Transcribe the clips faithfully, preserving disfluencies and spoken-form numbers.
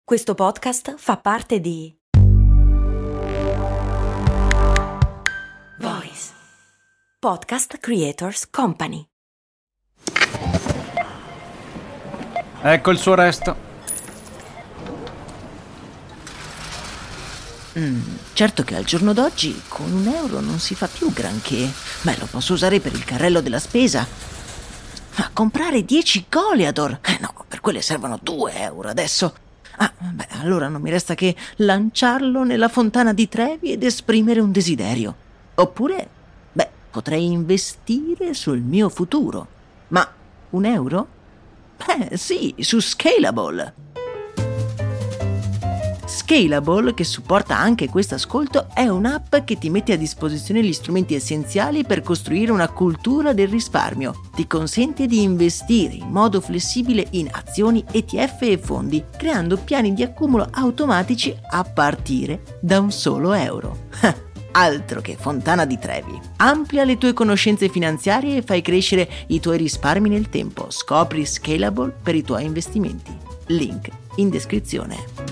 Questo podcast fa parte di Voice Podcast Creators Company. Ecco il suo resto. Mm, certo che al giorno d'oggi con un euro non si fa più granché. Beh, lo posso usare per il carrello della spesa. Ma comprare dieci Goliador? Eh no, per quelle servono due euro adesso. Ah, beh, allora non mi resta che lanciarlo nella fontana di Trevi ed esprimere un desiderio. Oppure, beh, potrei investire sul mio futuro. Ma un euro? Beh, sì, su Scalable. Scalable, che supporta anche questo ascolto, è un'app che ti mette a disposizione gli strumenti essenziali per costruire una cultura del risparmio. Ti consente di investire in modo flessibile in azioni, E T F e fondi, creando piani di accumulo automatici a partire da un solo euro. Altro che fontana di Trevi. Amplia le tue conoscenze finanziarie e fai crescere i tuoi risparmi nel tempo. Scopri Scalable per i tuoi investimenti. Link in descrizione.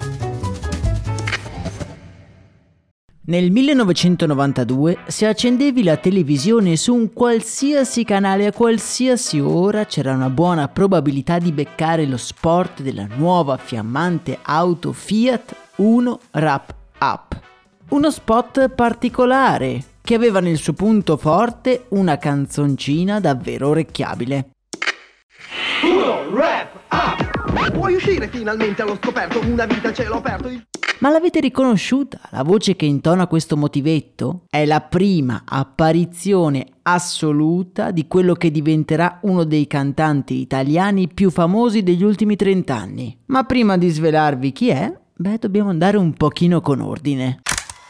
Nel millenovecentonovantadue, se accendevi la televisione su un qualsiasi canale a qualsiasi ora, c'era una buona probabilità di beccare lo spot della nuova fiammante auto Fiat uno Wrap Up. Uno spot particolare, che aveva nel suo punto forte una canzoncina davvero orecchiabile. Uno Wrap Up! Puoi uscire finalmente allo scoperto, una vita a cielo aperto. Il... Ma l'avete riconosciuta? La voce che intona questo motivetto è la prima apparizione assoluta di quello che diventerà uno dei cantanti italiani più famosi degli ultimi trent'anni. Ma prima di svelarvi chi è, beh, dobbiamo andare un pochino con ordine.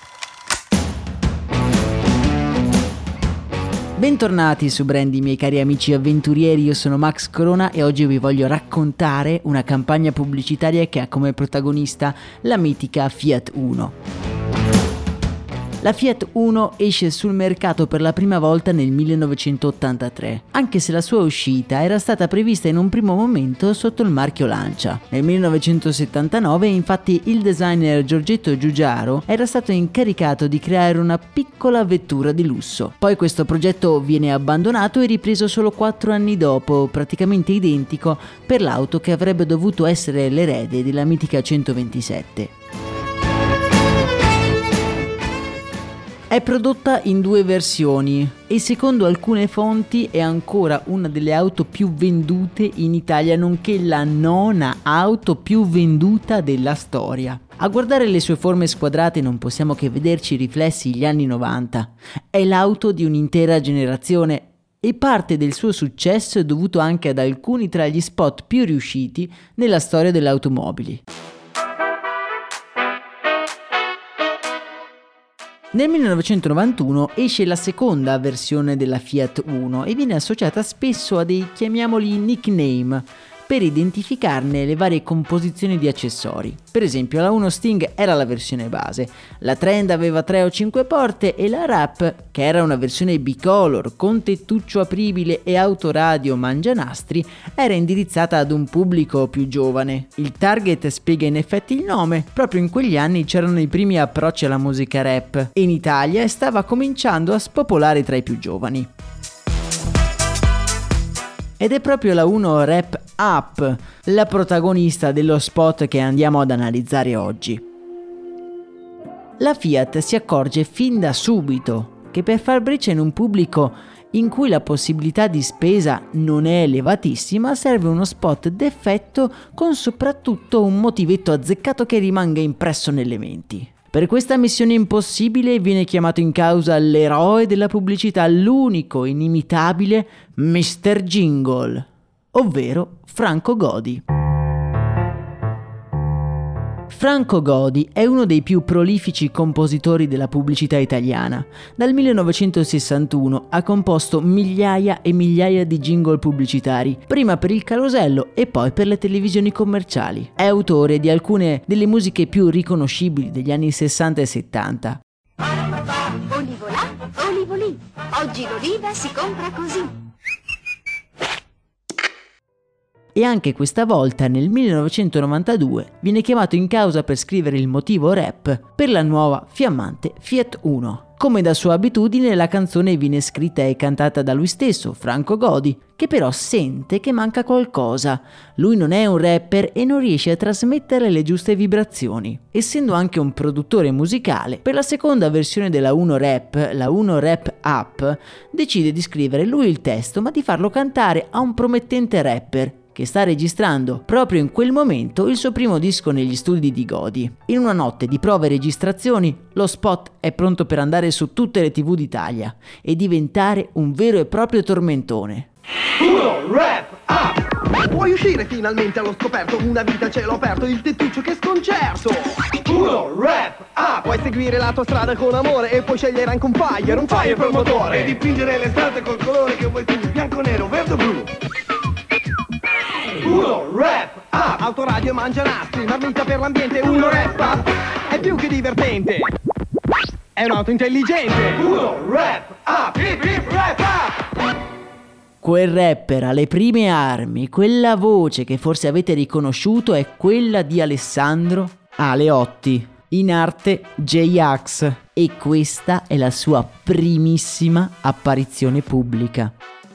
Bentornati su Brandy, miei cari amici avventurieri, io sono Max Corona e oggi vi voglio raccontare una campagna pubblicitaria che ha come protagonista la mitica Fiat uno. La Fiat uno esce sul mercato per la prima volta nel millenovecentottantatré, anche se la sua uscita era stata prevista in un primo momento sotto il marchio Lancia. Nel millenovecentosettantanove, infatti, il designer Giorgetto Giugiaro era stato incaricato di creare una piccola vettura di lusso. Poi questo progetto viene abbandonato e ripreso solo quattro anni dopo, praticamente identico per l'auto che avrebbe dovuto essere l'erede della mitica centoventisette. È prodotta in due versioni e secondo alcune fonti è ancora una delle auto più vendute in Italia, nonché la nona auto più venduta della storia. A guardare le sue forme squadrate non possiamo che vederci riflessi gli anni novanta. È l'auto di un'intera generazione e parte del suo successo è dovuto anche ad alcuni tra gli spot più riusciti nella storia delle automobili. Nel millenovecentonovantuno esce la seconda versione della Fiat uno e viene associata spesso a dei, chiamiamoli, nickname per identificarne le varie composizioni di accessori. Per esempio, la uno Sting era la versione base, la Trend aveva tre o cinque porte e la Wrap, che era una versione bicolor con tettuccio apribile e autoradio mangianastri, era indirizzata ad un pubblico più giovane. Il target spiega in effetti il nome, proprio in quegli anni c'erano i primi approcci alla musica rap e in Italia stava cominciando a spopolare tra i più giovani. Ed è proprio la uno Wrap Up la protagonista dello spot che andiamo ad analizzare oggi. La Fiat si accorge fin da subito che per far breccia in un pubblico in cui la possibilità di spesa non è elevatissima serve uno spot d'effetto con soprattutto un motivetto azzeccato che rimanga impresso nelle menti. Per questa missione impossibile viene chiamato in causa l'eroe della pubblicità, l'unico, inimitabile mister Jingle, ovvero Franco Godi. Franco Godi è uno dei più prolifici compositori della pubblicità italiana. Dal millenovecentosessantuno ha composto migliaia e migliaia di jingle pubblicitari, prima per il carosello e poi per le televisioni commerciali. È autore di alcune delle musiche più riconoscibili degli anni sessanta e settanta. Olivolà, olivolì, oggi l'oliva si compra così. e anche questa volta nel millenovecentonovantadue viene chiamato in causa per scrivere il motivo rap per la nuova fiammante Fiat Uno. Come da sua abitudine, la canzone viene scritta e cantata da lui stesso, Franco Godi, che però sente che manca qualcosa. Lui non è un rapper e non riesce a trasmettere le giuste vibrazioni. Essendo anche un produttore musicale, per la seconda versione della Uno Rap, la Uno Rap Up, decide di scrivere lui il testo, ma di farlo cantare a un promettente rapper che sta registrando proprio in quel momento il suo primo disco negli studi di Godi. In una notte di prove e registrazioni, lo spot è pronto per andare su tutte le tivù d'Italia e diventare un vero e proprio tormentone. Uno Rap Up! Puoi uscire finalmente allo scoperto, una vita a cielo aperto, il tettuccio che sconcerto. Uno Rap Up! Puoi seguire la tua strada con amore e puoi scegliere anche un fire, un fire per motore, e dipingere le strade col colore che vuoi tu, bianco, nero, verde o blu. Uno Rap Up! Autoradio mangia nastri, marmita per l'ambiente. Uno Rap Up! È più che divertente, è un'auto intelligente. Uno Rap Up! Hip hip Rap Up! Quel rapper alle prime armi, quella voce che forse avete riconosciuto è quella di Alessandro Aleotti, in arte J-Ax, e questa è la sua primissima apparizione pubblica.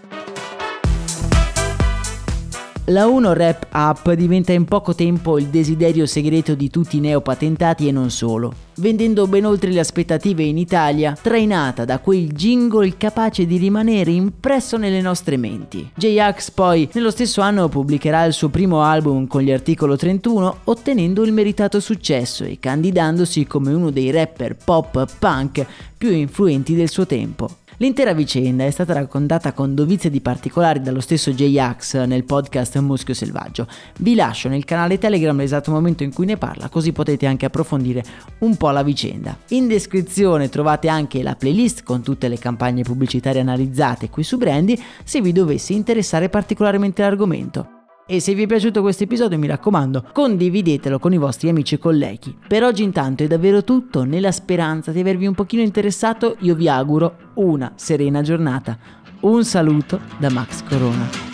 La Uno Rap Up diventa in poco tempo il desiderio segreto di tutti i neopatentati e non solo, vendendo ben oltre le aspettative in Italia, trainata da quel jingle capace di rimanere impresso nelle nostre menti. J-Ax poi nello stesso anno pubblicherà il suo primo album con gli Articolo trentuno, ottenendo il meritato successo e candidandosi come uno dei rapper pop punk più influenti del suo tempo. L'intera vicenda è stata raccontata con dovizia di particolari dallo stesso J-Ax nel podcast Muschio Selvaggio. Vi lascio nel canale Telegram l'esatto momento in cui ne parla, così potete anche approfondire un po' la vicenda. In descrizione trovate anche la playlist con tutte le campagne pubblicitarie analizzate qui su Brandy, se vi dovesse interessare particolarmente l'argomento. E se vi è piaciuto questo episodio, mi raccomando, condividetelo con i vostri amici e colleghi. Per oggi intanto è davvero tutto, nella speranza di avervi un pochino interessato io vi auguro una serena giornata. Un saluto da Max Corona.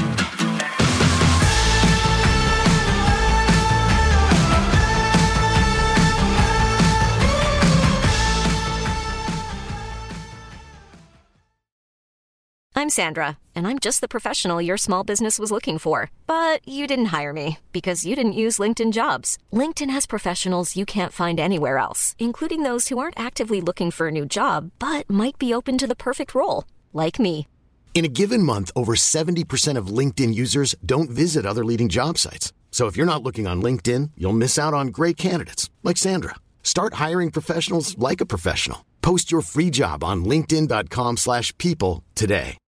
I'm Sandra, and I'm just the professional your small business was looking for. But you didn't hire me because you didn't use LinkedIn Jobs. LinkedIn has professionals you can't find anywhere else, including those who aren't actively looking for a new job, but might be open to the perfect role, like me. In a given month, over seventy percent of LinkedIn users don't visit other leading job sites. So if you're not looking on LinkedIn, you'll miss out on great candidates like Sandra. Start hiring professionals like a professional. Post your free job on linkedin dot com slash people today.